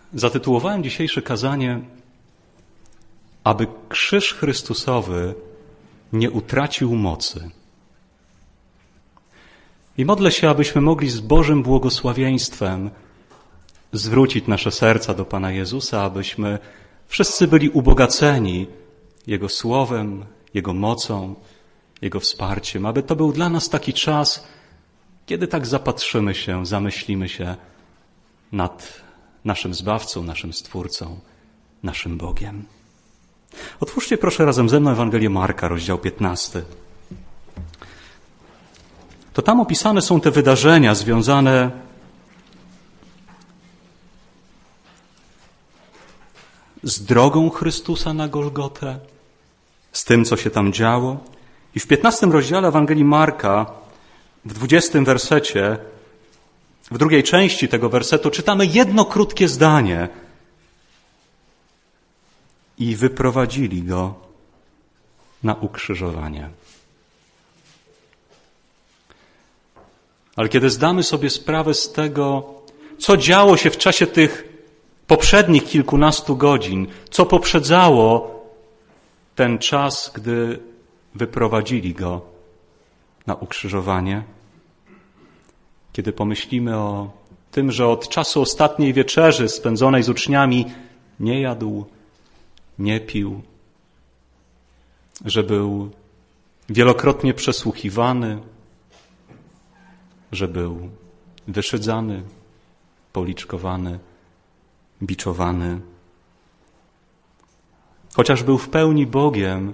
Zatytułowałem dzisiejsze kazanie aby krzyż Chrystusowy nie utracił mocy. I modlę się, abyśmy mogli z Bożym błogosławieństwem zwrócić nasze serca do Pana Jezusa, abyśmy wszyscy byli ubogaceni Jego słowem, Jego mocą, Jego wsparciem, aby to był dla nas taki czas, kiedy tak zapatrzymy się, zamyślimy się nad naszym Zbawcą, naszym Stwórcą, naszym Bogiem. Otwórzcie proszę razem ze mną Ewangelię Marka, rozdział 15. To tam opisane są te wydarzenia związane z drogą Chrystusa na Golgotę, z tym, co się tam działo. I w 15 rozdziale Ewangelii Marka, w 20 wersecie, w drugiej części tego wersetu czytamy jedno krótkie zdanie. I wyprowadzili go na ukrzyżowanie. Ale kiedy zdamy sobie sprawę z tego, co działo się w czasie tych poprzednich kilkunastu godzin, co poprzedzało ten czas, gdy wyprowadzili go na ukrzyżowanie, kiedy pomyślimy o tym, że od czasu ostatniej wieczerzy spędzonej z uczniami nie jadł, nie pił, że był wielokrotnie przesłuchiwany, że był wyszydzany, policzkowany, biczowany. Chociaż był w pełni Bogiem,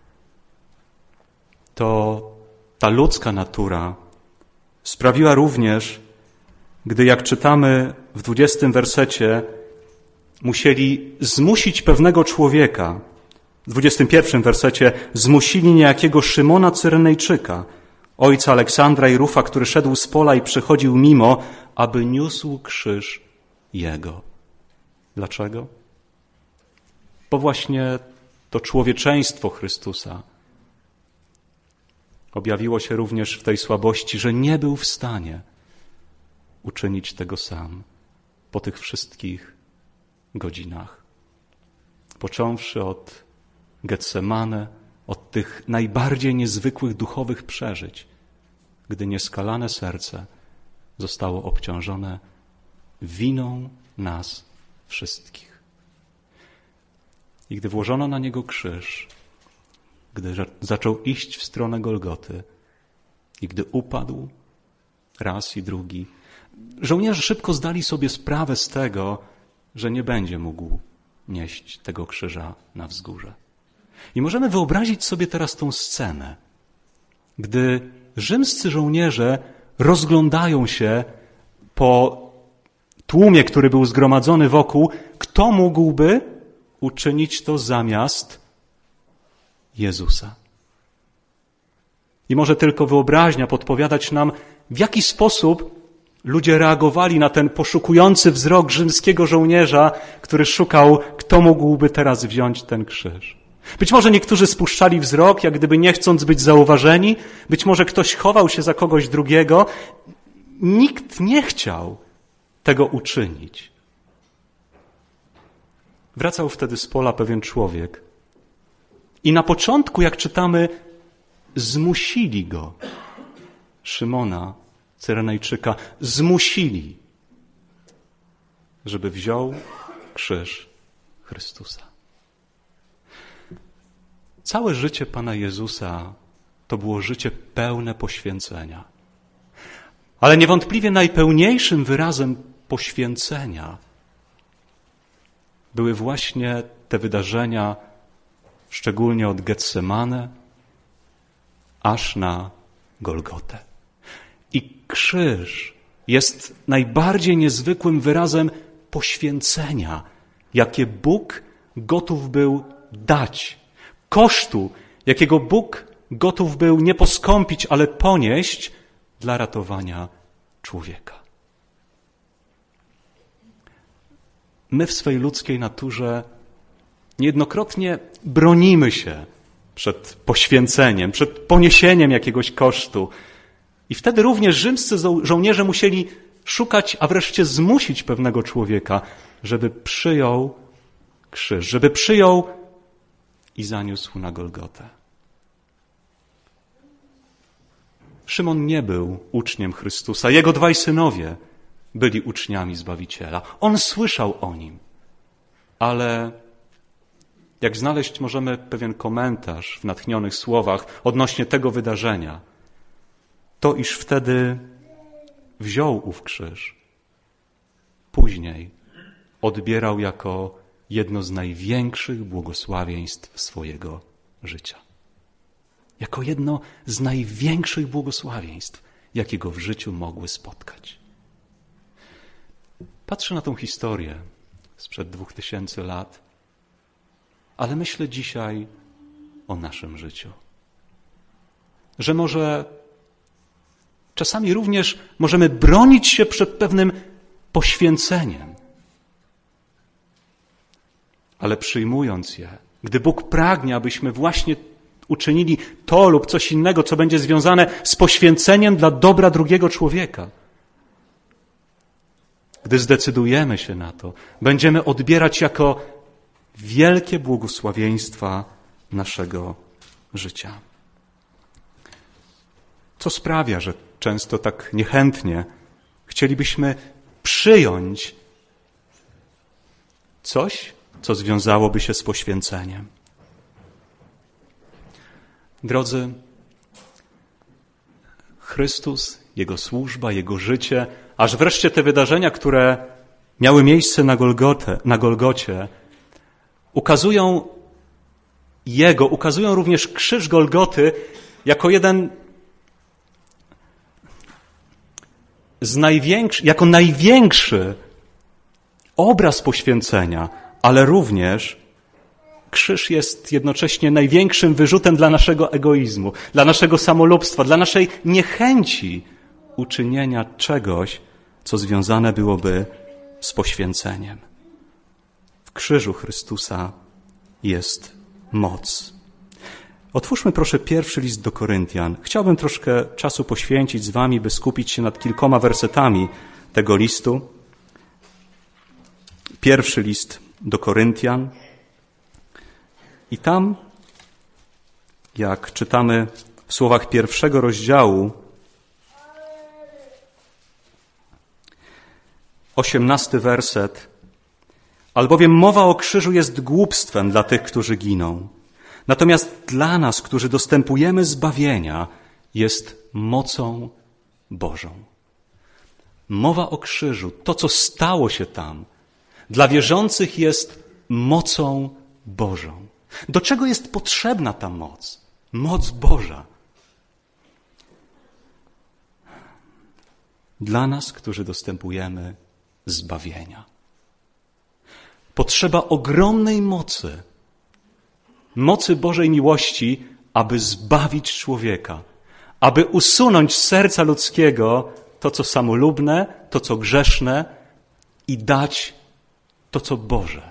to ta ludzka natura sprawiła również, gdy, jak czytamy w 20 wersecie, musieli zmusić pewnego człowieka. W 21 wersecie zmusili niejakiego Szymona Cyrenejczyka, ojca Aleksandra i Rufa, który szedł z pola i przychodził mimo, aby niósł krzyż jego. Dlaczego? Bo właśnie to człowieczeństwo Chrystusa objawiło się również w tej słabości, że nie był w stanie uczynić tego sam po tych wszystkich godzinach. Począwszy od Getsemane, od tych najbardziej niezwykłych duchowych przeżyć, gdy nieskalane serce zostało obciążone winą nas wszystkich. I gdy włożono na niego krzyż, gdy zaczął iść w stronę Golgoty i gdy upadł raz i drugi, żołnierze szybko zdali sobie sprawę z tego, że nie będzie mógł nieść tego krzyża na wzgórze. I możemy wyobrazić sobie teraz tą scenę, gdy rzymscy żołnierze rozglądają się po tłumie, który był zgromadzony wokół, kto mógłby uczynić to zamiast Jezusa. I może tylko wyobraźnia podpowiadać nam, w jaki sposób ludzie reagowali na ten poszukujący wzrok rzymskiego żołnierza, który szukał, kto mógłby teraz wziąć ten krzyż. Być może niektórzy spuszczali wzrok, jak gdyby nie chcąc być zauważeni. Być może ktoś chował się za kogoś drugiego. Nikt nie chciał tego uczynić. Wracał wtedy z pola pewien człowiek. I na początku, jak czytamy, zmusili go, Szymona Cyrenejczyka, zmusili, żeby wziął krzyż Chrystusa. Całe życie Pana Jezusa to było życie pełne poświęcenia. Ale niewątpliwie najpełniejszym wyrazem poświęcenia były właśnie te wydarzenia, szczególnie od Getsemane aż na Golgotę. I krzyż jest najbardziej niezwykłym wyrazem poświęcenia, jakie Bóg gotów był dać. Kosztu, jakiego Bóg gotów był nie poskąpić, ale ponieść dla ratowania człowieka. My w swej ludzkiej naturze niejednokrotnie bronimy się przed poświęceniem, przed poniesieniem jakiegoś kosztu. I wtedy również rzymscy żołnierze musieli szukać, a wreszcie zmusić pewnego człowieka, żeby przyjął krzyż, żeby przyjął i zaniósł na Golgotę. Szymon nie był uczniem Chrystusa. Jego dwaj synowie byli uczniami Zbawiciela. On słyszał o nim, ale jak znaleźć możemy pewien komentarz w natchnionych słowach odnośnie tego wydarzenia, to iż wtedy wziął ów krzyż. Później odbierał jako jedno z największych błogosławieństw swojego życia. Jako jedno z największych błogosławieństw, jakiego w życiu mogły spotkać. Patrzę na tą historię sprzed 2000 lat, ale myślę dzisiaj o naszym życiu. Że może czasami również możemy bronić się przed pewnym poświęceniem, ale przyjmując je, gdy Bóg pragnie, abyśmy właśnie uczynili to lub coś innego, co będzie związane z poświęceniem dla dobra drugiego człowieka. Gdy zdecydujemy się na to, będziemy odbierać jako wielkie błogosławieństwa naszego życia. Co sprawia, że często tak niechętnie chcielibyśmy przyjąć coś, co związałoby się z poświęceniem. Drodzy, Chrystus, Jego służba, Jego życie, aż wreszcie te wydarzenia, które miały miejsce na Golgocie, ukazują również krzyż Golgoty jako jeden jako największy obraz poświęcenia, ale również krzyż jest jednocześnie największym wyrzutem dla naszego egoizmu, dla naszego samolubstwa, dla naszej niechęci uczynienia czegoś, co związane byłoby z poświęceniem. W krzyżu Chrystusa jest moc. Otwórzmy proszę pierwszy list do Koryntian. Chciałbym troszkę czasu poświęcić z wami, by skupić się nad kilkoma wersetami tego listu. Pierwszy list do Koryntian. I tam, jak czytamy w słowach 1 rozdziału, 18 werset, albowiem mowa o krzyżu jest głupstwem dla tych, którzy giną. Natomiast dla nas, którzy dostępujemy zbawienia, jest mocą Bożą. Mowa o krzyżu, to co stało się tam, dla wierzących jest mocą Bożą. Do czego jest potrzebna ta moc? Moc Boża. Dla nas, którzy dostępujemy zbawienia. Potrzeba ogromnej mocy. Mocy Bożej miłości, aby zbawić człowieka. Aby usunąć z serca ludzkiego to, co samolubne, to, co grzeszne i dać to, co Boże.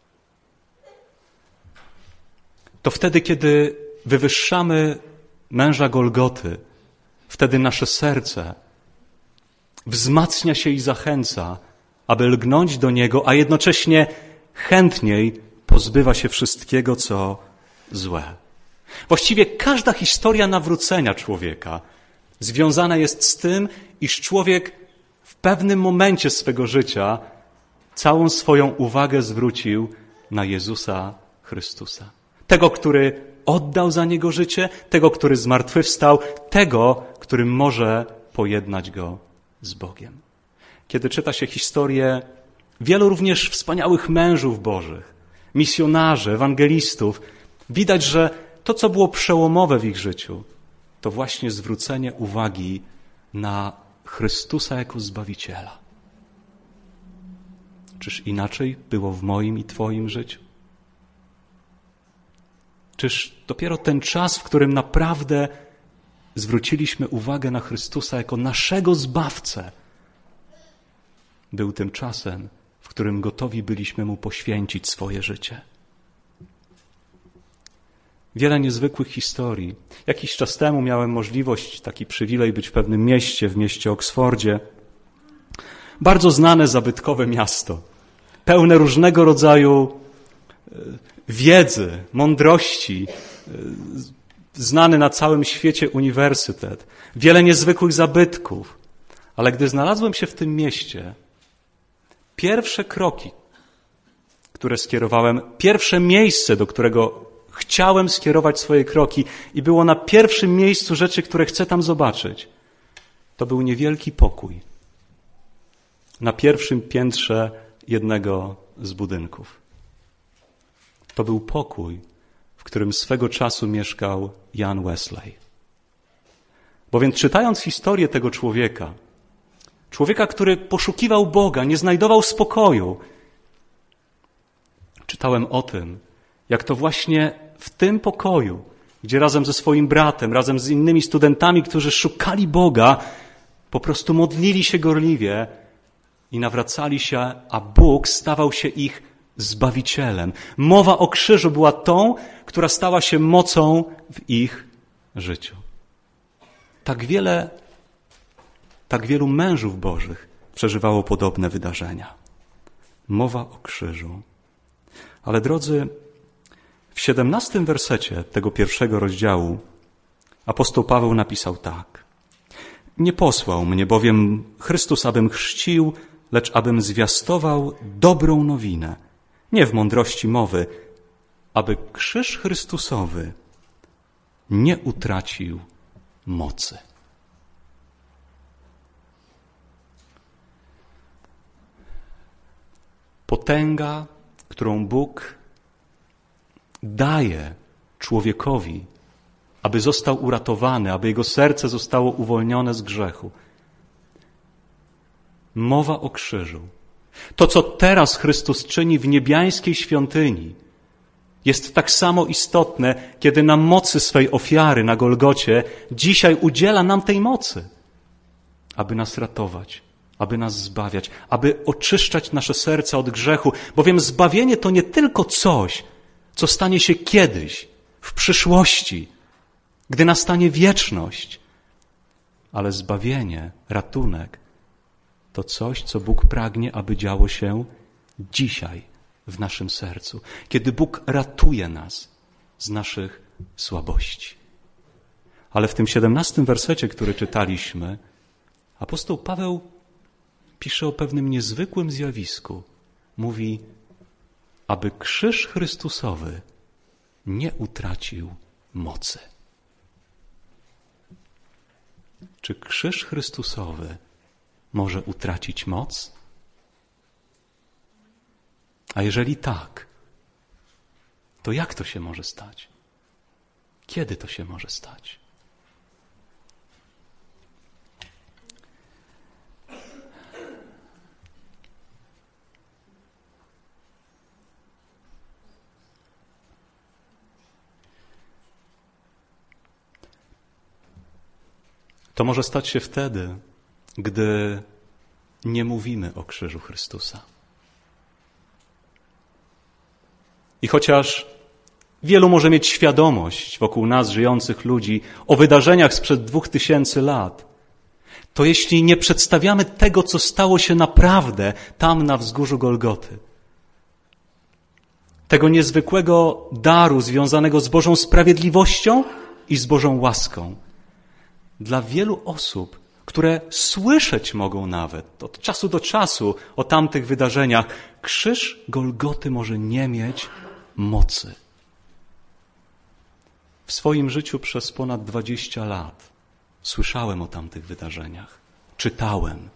To wtedy, kiedy wywyższamy męża Golgoty, wtedy nasze serce wzmacnia się i zachęca, aby lgnąć do Niego, a jednocześnie chętniej pozbywa się wszystkiego, co złe. Właściwie każda historia nawrócenia człowieka związana jest z tym, iż człowiek w pewnym momencie swego życia całą swoją uwagę zwrócił na Jezusa Chrystusa. Tego, który oddał za Niego życie, tego, który zmartwychwstał, tego, który może pojednać go z Bogiem. Kiedy czyta się historię wielu również wspaniałych mężów Bożych, misjonarzy, ewangelistów, widać, że to, co było przełomowe w ich życiu, to właśnie zwrócenie uwagi na Chrystusa jako Zbawiciela. Czyż inaczej było w moim i Twoim życiu? Czyż dopiero ten czas, w którym naprawdę zwróciliśmy uwagę na Chrystusa jako naszego Zbawcę, był tym czasem, w którym gotowi byliśmy Mu poświęcić swoje życie? Wiele niezwykłych historii. Jakiś czas temu miałem możliwość, taki przywilej być w pewnym mieście, w mieście Oksfordzie. Bardzo znane, zabytkowe miasto, pełne różnego rodzaju wiedzy, mądrości, znany na całym świecie uniwersytet, wiele niezwykłych zabytków. Ale gdy znalazłem się w tym mieście, pierwsze kroki, które skierowałem, pierwsze miejsce, do którego chciałem skierować swoje kroki i było na pierwszym miejscu rzeczy, które chcę tam zobaczyć, to był niewielki pokój na pierwszym piętrze jednego z budynków. To był pokój, w którym swego czasu mieszkał Jan Wesley. Bowiem czytając historię tego człowieka, który poszukiwał Boga, nie znajdował spokoju, czytałem o tym, jak to właśnie w tym pokoju, gdzie razem ze swoim bratem, razem z innymi studentami, którzy szukali Boga, po prostu modlili się gorliwie i nawracali się, a Bóg stawał się ich Zbawicielem. Mowa o krzyżu była tą, która stała się mocą w ich życiu. Tak wielu mężów Bożych przeżywało podobne wydarzenia. Mowa o krzyżu. Ale drodzy, w 17 wersecie tego pierwszego rozdziału apostoł Paweł napisał tak. Nie posłał mnie bowiem Chrystus, abym chrzcił, lecz abym zwiastował dobrą nowinę. Nie w mądrości mowy, aby krzyż Chrystusowy nie utracił mocy. Potęga, którą Bóg daje człowiekowi, aby został uratowany, aby jego serce zostało uwolnione z grzechu. Mowa o krzyżu. To, co teraz Chrystus czyni w niebiańskiej świątyni, jest tak samo istotne, kiedy na mocy swej ofiary na Golgocie dzisiaj udziela nam tej mocy, aby nas ratować, aby nas zbawiać, aby oczyszczać nasze serca od grzechu, bowiem zbawienie to nie tylko coś, co stanie się kiedyś, w przyszłości, gdy nastanie wieczność, ale zbawienie, ratunek to coś, co Bóg pragnie, aby działo się dzisiaj w naszym sercu, kiedy Bóg ratuje nas z naszych słabości. Ale w tym 17 wersecie, który czytaliśmy, apostoł Paweł pisze o pewnym niezwykłym zjawisku. Mówi, aby krzyż Chrystusowy nie utracił mocy. Czy krzyż Chrystusowy może utracić moc? A jeżeli tak, to jak to się może stać? Kiedy to się może stać? To może stać się wtedy, gdy nie mówimy o krzyżu Chrystusa. I chociaż wielu może mieć świadomość wokół nas żyjących ludzi o wydarzeniach sprzed 2000 lat, to jeśli nie przedstawiamy tego, co stało się naprawdę tam na wzgórzu Golgoty, tego niezwykłego daru związanego z Bożą sprawiedliwością i z Bożą łaską, dla wielu osób, które słyszeć mogą nawet od czasu do czasu o tamtych wydarzeniach, krzyż Golgoty może nie mieć mocy. W swoim życiu przez ponad 20 lat słyszałem o tamtych wydarzeniach, czytałem.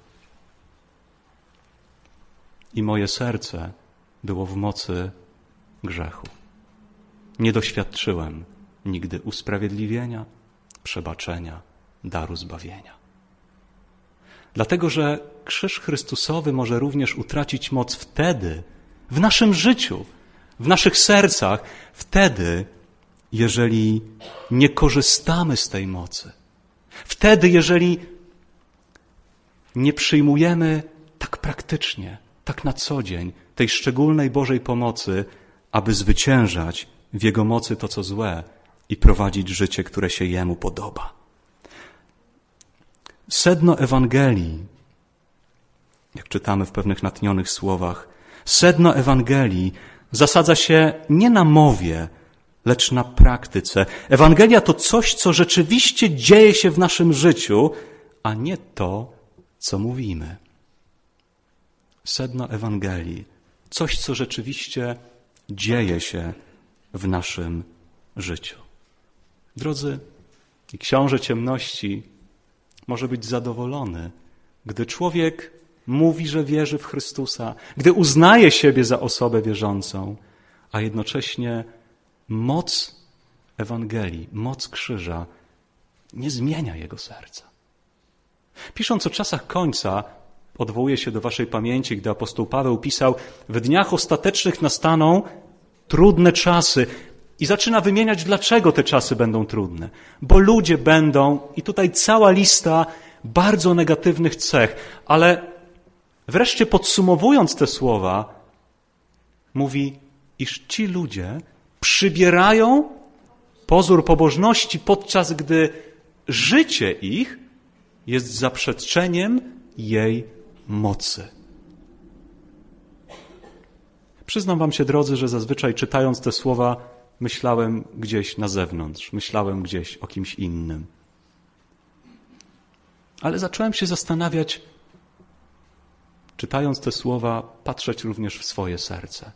I moje serce było w mocy grzechu. Nie doświadczyłem nigdy usprawiedliwienia, przebaczenia, daru zbawienia. Dlatego, że krzyż Chrystusowy może również utracić moc wtedy, w naszym życiu, w naszych sercach, wtedy, jeżeli nie korzystamy z tej mocy. Wtedy, jeżeli nie przyjmujemy tak praktycznie, tak na co dzień tej szczególnej Bożej pomocy, aby zwyciężać w Jego mocy to, co złe i prowadzić życie, które się Jemu podoba. Sedno Ewangelii, jak czytamy w pewnych natchnionych słowach, sedno Ewangelii zasadza się nie na mowie, lecz na praktyce. Ewangelia to coś, co rzeczywiście dzieje się w naszym życiu, a nie to, co mówimy. Sedno Ewangelii. Coś, co rzeczywiście dzieje się w naszym życiu. Drodzy, i książę ciemności może być zadowolony, gdy człowiek mówi, że wierzy w Chrystusa, gdy uznaje siebie za osobę wierzącą, a jednocześnie moc Ewangelii, moc krzyża nie zmienia jego serca. Pisząc o czasach końca, odwołuję się do waszej pamięci, gdy apostoł Paweł pisał: w dniach ostatecznych nastaną trudne czasy. I zaczyna wymieniać, dlaczego te czasy będą trudne. Bo ludzie będą, i tutaj cała lista bardzo negatywnych cech, ale wreszcie podsumowując te słowa, mówi, iż ci ludzie przybierają pozór pobożności, podczas gdy życie ich jest zaprzeczeniem jej mocy. Przyznam wam się, drodzy, że zazwyczaj czytając te słowa myślałem gdzieś na zewnątrz, myślałem gdzieś o kimś innym. Ale zacząłem się zastanawiać, czytając te słowa, patrzeć również w swoje serce.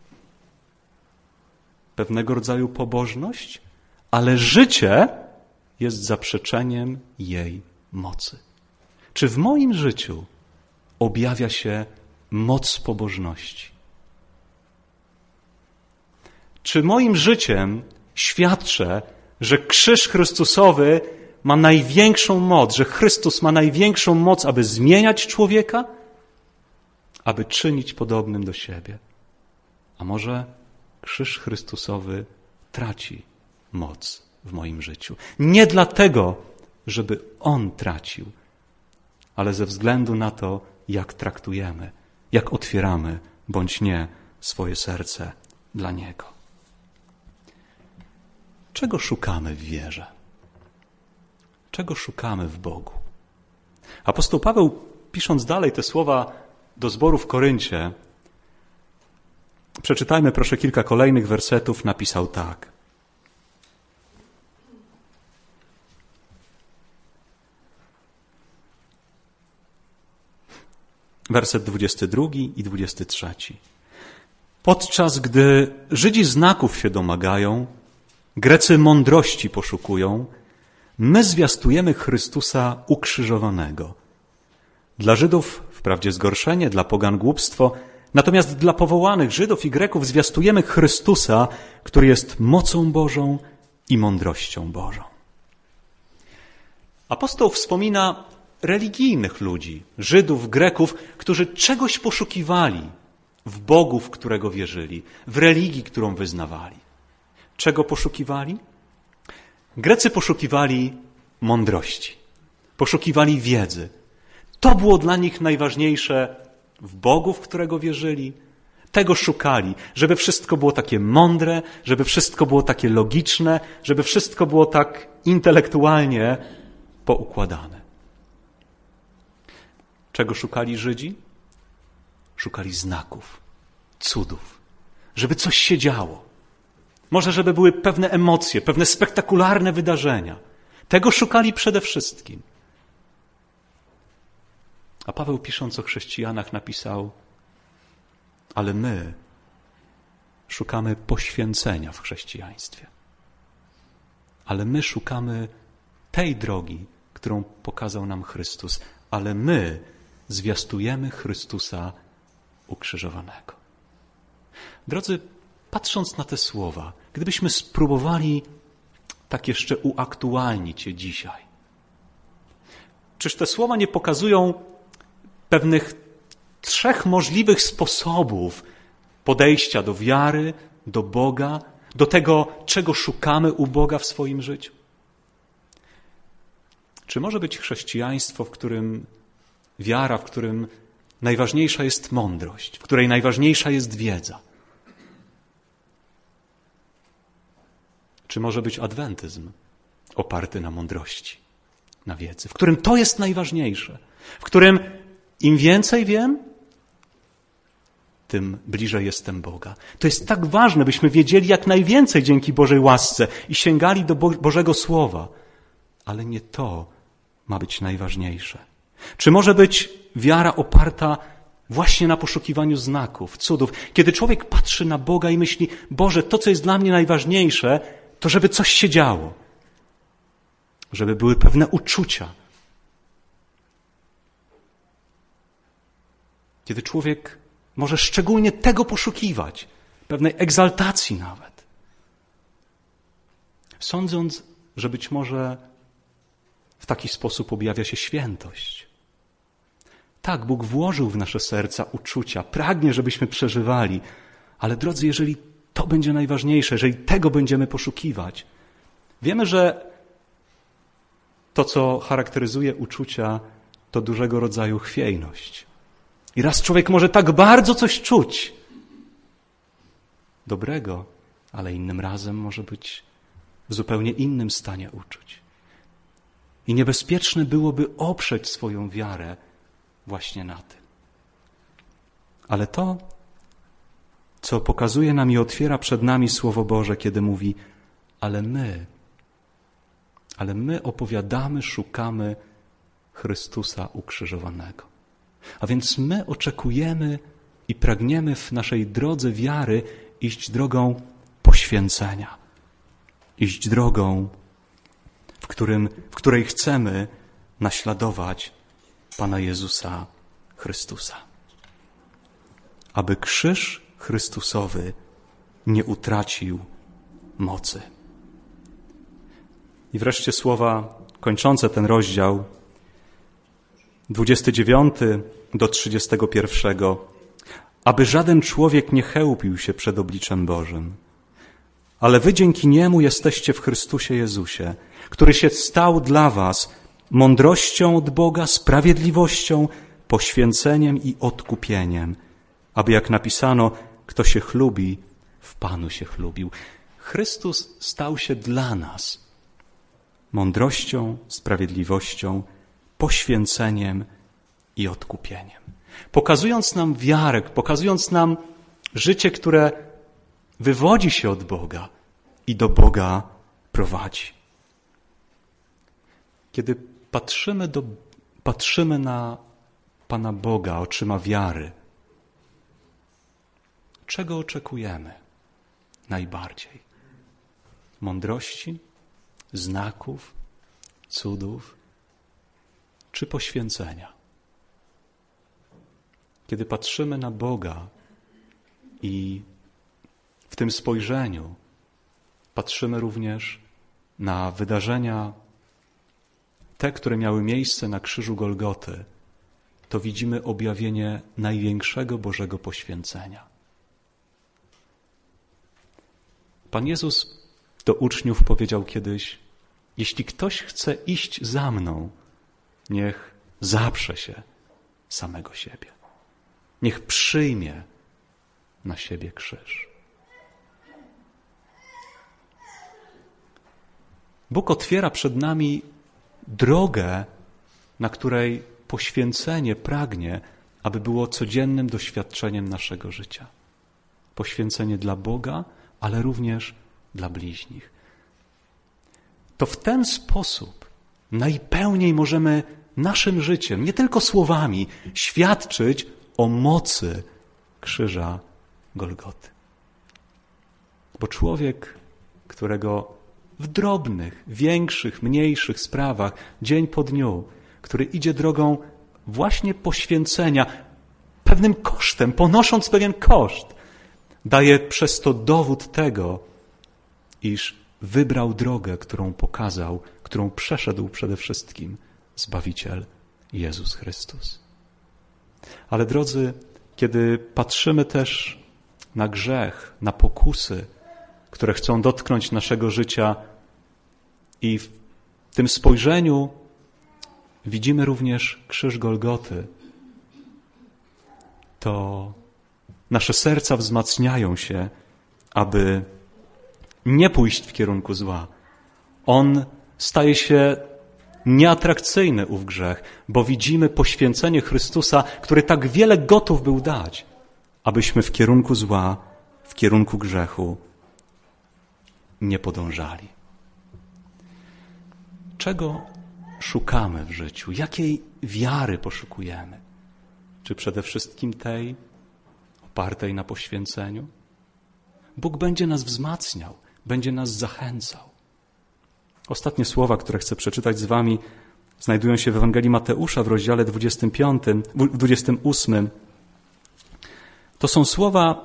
Pewnego rodzaju pobożność, ale życie jest zaprzeczeniem jej mocy. Czy w moim życiu objawia się moc pobożności? Czy moim życiem świadczę, że krzyż Chrystusowy ma największą moc, że Chrystus ma największą moc, aby zmieniać człowieka, aby czynić podobnym do siebie? A może krzyż Chrystusowy traci moc w moim życiu? Nie dlatego, żeby On tracił, ale ze względu na to, jak traktujemy, jak otwieramy, bądź nie, swoje serce dla Niego. Czego szukamy w wierze? Czego szukamy w Bogu? Apostoł Paweł, pisząc dalej te słowa do zboru w Koryncie, przeczytajmy proszę kilka kolejnych wersetów, napisał tak. Werset 22 i 23. Podczas gdy Żydzi znaków się domagają, Grecy mądrości poszukują, my zwiastujemy Chrystusa ukrzyżowanego. Dla Żydów wprawdzie zgorszenie, dla pogan głupstwo, natomiast dla powołanych Żydów i Greków zwiastujemy Chrystusa, który jest mocą Bożą i mądrością Bożą. Apostoł wspomina religijnych ludzi, Żydów, Greków, którzy czegoś poszukiwali w Bogu, w którego wierzyli, w religii, którą wyznawali. Czego poszukiwali? Grecy poszukiwali mądrości, poszukiwali wiedzy. To było dla nich najważniejsze w Bogu, w którego wierzyli. Tego szukali, żeby wszystko było takie mądre, żeby wszystko było takie logiczne, żeby wszystko było tak intelektualnie poukładane. Czego szukali Żydzi? Szukali znaków, cudów, żeby coś się działo. Może, żeby były pewne emocje, pewne spektakularne wydarzenia. Tego szukali przede wszystkim. A Paweł, pisząc o chrześcijanach, napisał: ale my szukamy poświęcenia w chrześcijaństwie. Ale my szukamy tej drogi, którą pokazał nam Chrystus. Ale my zwiastujemy Chrystusa ukrzyżowanego. Drodzy, patrząc na te słowa, gdybyśmy spróbowali tak jeszcze uaktualnić je dzisiaj, czyż te słowa nie pokazują pewnych 3 możliwych sposobów podejścia do wiary, do Boga, do tego, czego szukamy u Boga w swoim życiu? Czy może być chrześcijaństwo, w którym wiara, w którym najważniejsza jest mądrość, w której najważniejsza jest wiedza? Czy może być adwentyzm oparty na mądrości, na wiedzy, w którym to jest najważniejsze, w którym Im więcej wiem, tym bliżej jestem Boga. To jest tak ważne, byśmy wiedzieli jak najwięcej dzięki Bożej łasce i sięgali do Bożego Słowa. Ale nie to ma być najważniejsze. Czy może być wiara oparta właśnie na poszukiwaniu znaków, cudów? Kiedy człowiek patrzy na Boga i myśli, Boże, to co jest dla mnie najważniejsze, to żeby coś się działo. Żeby były pewne uczucia. Kiedy człowiek może szczególnie tego poszukiwać, pewnej egzaltacji nawet. Sądząc, że być może w taki sposób objawia się świętość. Tak, Bóg włożył w nasze serca uczucia, pragnie, żebyśmy przeżywali, ale drodzy, jeżeli to będzie najważniejsze, jeżeli tego będziemy poszukiwać, wiemy, że to, co charakteryzuje uczucia, to dużego rodzaju chwiejność. I raz człowiek może tak bardzo coś czuć, dobrego, ale innym razem może być w zupełnie innym stanie uczuć. I niebezpieczne byłoby oprzeć swoją wiarę właśnie na tym. Ale to, co pokazuje nam i otwiera przed nami Słowo Boże, kiedy mówi, ale my opowiadamy, szukamy Chrystusa ukrzyżowanego. A więc my oczekujemy i pragniemy w naszej drodze wiary iść drogą poświęcenia. Iść drogą, w której chcemy naśladować Pana Jezusa Chrystusa. Aby krzyż Chrystusowy nie utracił mocy. I wreszcie słowa kończące ten rozdział, 29 do 31. Aby żaden człowiek nie chełpił się przed obliczem Bożym. Ale wy dzięki Niemu jesteście w Chrystusie Jezusie, który się stał dla was mądrością od Boga, sprawiedliwością, poświęceniem i odkupieniem. Aby jak napisano, kto się chlubi, w Panu się chlubił. Chrystus stał się dla nas mądrością, sprawiedliwością, poświęceniem i odkupieniem. Pokazując nam wiarę, pokazując nam życie, które wywodzi się od Boga i do Boga prowadzi. Kiedy patrzymy na Pana Boga oczyma wiary, czego oczekujemy najbardziej? Mądrości, znaków, cudów czy poświęcenia? Kiedy patrzymy na Boga i w tym spojrzeniu patrzymy również na wydarzenia te, które miały miejsce na krzyżu Golgoty, to widzimy objawienie największego Bożego poświęcenia. Pan Jezus do uczniów powiedział kiedyś, jeśli ktoś chce iść za mną, niech zaprze się samego siebie. Niech przyjmie na siebie krzyż. Bóg otwiera przed nami drogę, na której poświęcenie pragnie, aby było codziennym doświadczeniem naszego życia. Poświęcenie dla Boga, ale również dla bliźnich. To w ten sposób najpełniej możemy naszym życiem, nie tylko słowami, świadczyć o mocy krzyża Golgoty. Bo człowiek, którego w drobnych, większych, mniejszych sprawach, dzień po dniu, który idzie drogą właśnie poświęcenia, pewnym kosztem, ponosząc pewien koszt, daje przez to dowód tego, iż wybrał drogę, którą pokazał, którą przeszedł przede wszystkim Zbawiciel Jezus Chrystus. Ale drodzy, kiedy patrzymy też na grzech, na pokusy, które chcą dotknąć naszego życia i w tym spojrzeniu widzimy również krzyż Golgoty, to nasze serca wzmacniają się, aby nie pójść w kierunku zła. On staje się nieatrakcyjny ów grzech, bo widzimy poświęcenie Chrystusa, który tak wiele gotów był dać, abyśmy w kierunku zła, w kierunku grzechu nie podążali. Czego szukamy w życiu? Jakiej wiary poszukujemy? Czy przede wszystkim tej opartej na poświęceniu? Bóg będzie nas wzmacniał, będzie nas zachęcał. Ostatnie słowa, które chcę przeczytać z wami, znajdują się w Ewangelii Mateusza w rozdziale 28. To są słowa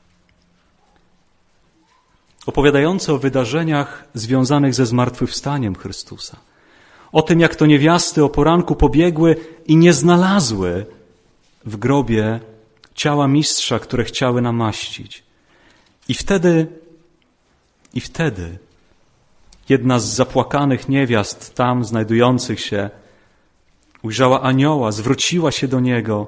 opowiadające o wydarzeniach związanych ze zmartwychwstaniem Chrystusa. O tym, jak to niewiasty o poranku pobiegły i nie znalazły w grobie ciała mistrza, które chciały namaścić. I wtedy jedna z zapłakanych niewiast tam znajdujących się ujrzała anioła, zwróciła się do niego,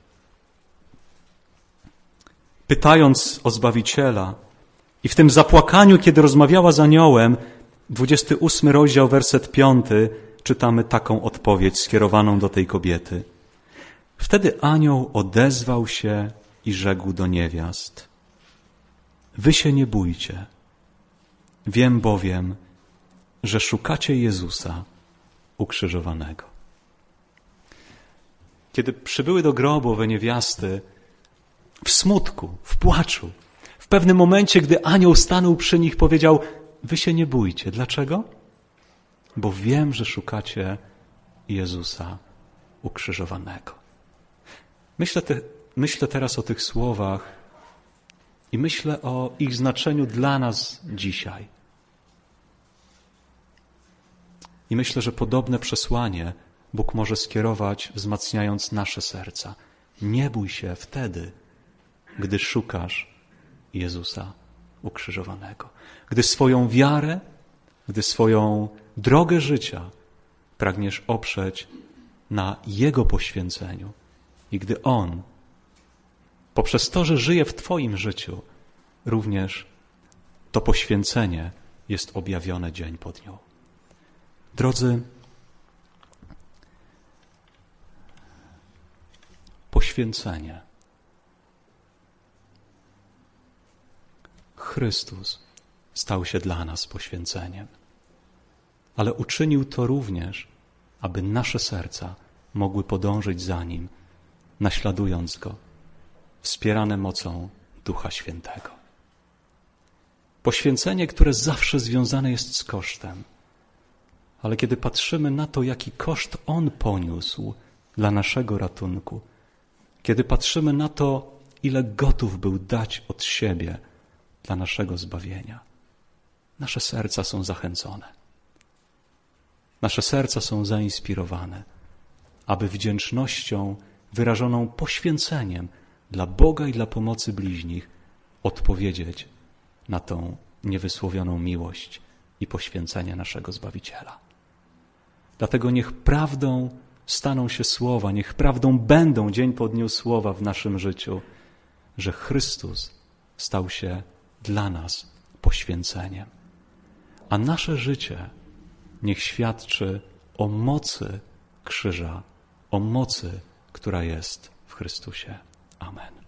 pytając o Zbawiciela. I w tym zapłakaniu, kiedy rozmawiała z aniołem, 28 rozdział, werset 5, czytamy taką odpowiedź skierowaną do tej kobiety. Wtedy anioł odezwał się i rzekł do niewiast: wy się nie bójcie, wiem bowiem, że szukacie Jezusa ukrzyżowanego. Kiedy przybyły do grobu owe niewiasty, w smutku, w płaczu, w pewnym momencie, gdy anioł stanął przy nich, powiedział: wy się nie bójcie. Dlaczego? Bo wiem, że szukacie Jezusa ukrzyżowanego. Myślę teraz o tych słowach i myślę o ich znaczeniu dla nas dzisiaj. I myślę, że podobne przesłanie Bóg może skierować, wzmacniając nasze serca. Nie bój się wtedy, gdy szukasz Jezusa ukrzyżowanego. Gdy swoją wiarę, gdy swoją drogę życia pragniesz oprzeć na Jego poświęceniu i gdy On, poprzez to, że żyje w Twoim życiu, również to poświęcenie jest objawione dzień po dniu. Drodzy, poświęcenie. Chrystus stał się dla nas poświęceniem, ale uczynił to również, aby nasze serca mogły podążyć za Nim, naśladując Go, wspierane mocą Ducha Świętego. Poświęcenie, które zawsze związane jest z kosztem, ale kiedy patrzymy na to, jaki koszt On poniósł dla naszego ratunku, kiedy patrzymy na to, ile gotów był dać od siebie dla naszego zbawienia, nasze serca są zachęcone. Nasze serca są zainspirowane, aby wdzięcznością wyrażoną poświęceniem dla Boga i dla pomocy bliźnich odpowiedzieć na tą niewysłowioną miłość i poświęcenie naszego Zbawiciela. Dlatego niech prawdą staną się słowa, niech prawdą będą dzień po dniu słowa w naszym życiu, że Chrystus stał się dla nas poświęceniem. A nasze życie niech świadczy o mocy krzyża, o mocy, która jest w Chrystusie. Amen.